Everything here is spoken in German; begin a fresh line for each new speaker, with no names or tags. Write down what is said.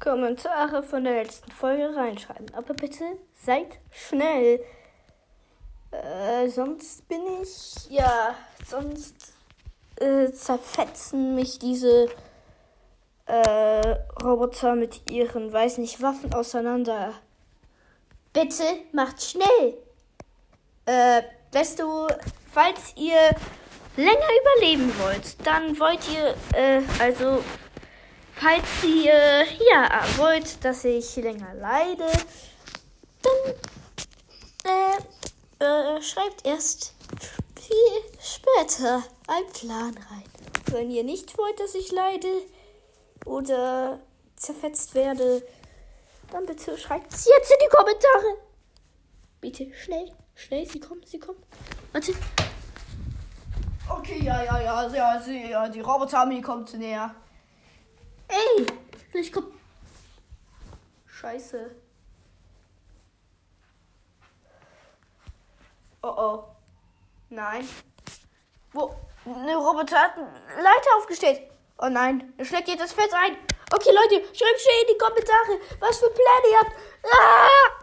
Kommentare von der letzten Folge reinschreiben. Aber bitte seid schnell. Sonst zerfetzen mich diese Roboter mit ihren, Waffen auseinander. Bitte macht schnell. Falls ihr länger überleben wollt, dann wollt ihr, falls ihr, wollt, dass ich länger leide, dann, schreibt erst viel später einen Plan rein. Wenn ihr nicht wollt, dass ich leide oder zerfetzt werde, dann bitte schreibt es jetzt in die Kommentare. Bitte, schnell, sie kommen. Warte. Okay, ja, die Roboterarmee kommt näher. Ey, ich komm. Scheiße. Oh. Nein. Wo? Eine Roboter hat eine Leiter aufgestellt. Oh nein, da schlägt ihr das Feld ein. Okay, Leute, schreibt schnell in die Kommentare, was für Pläne ihr habt. Ah!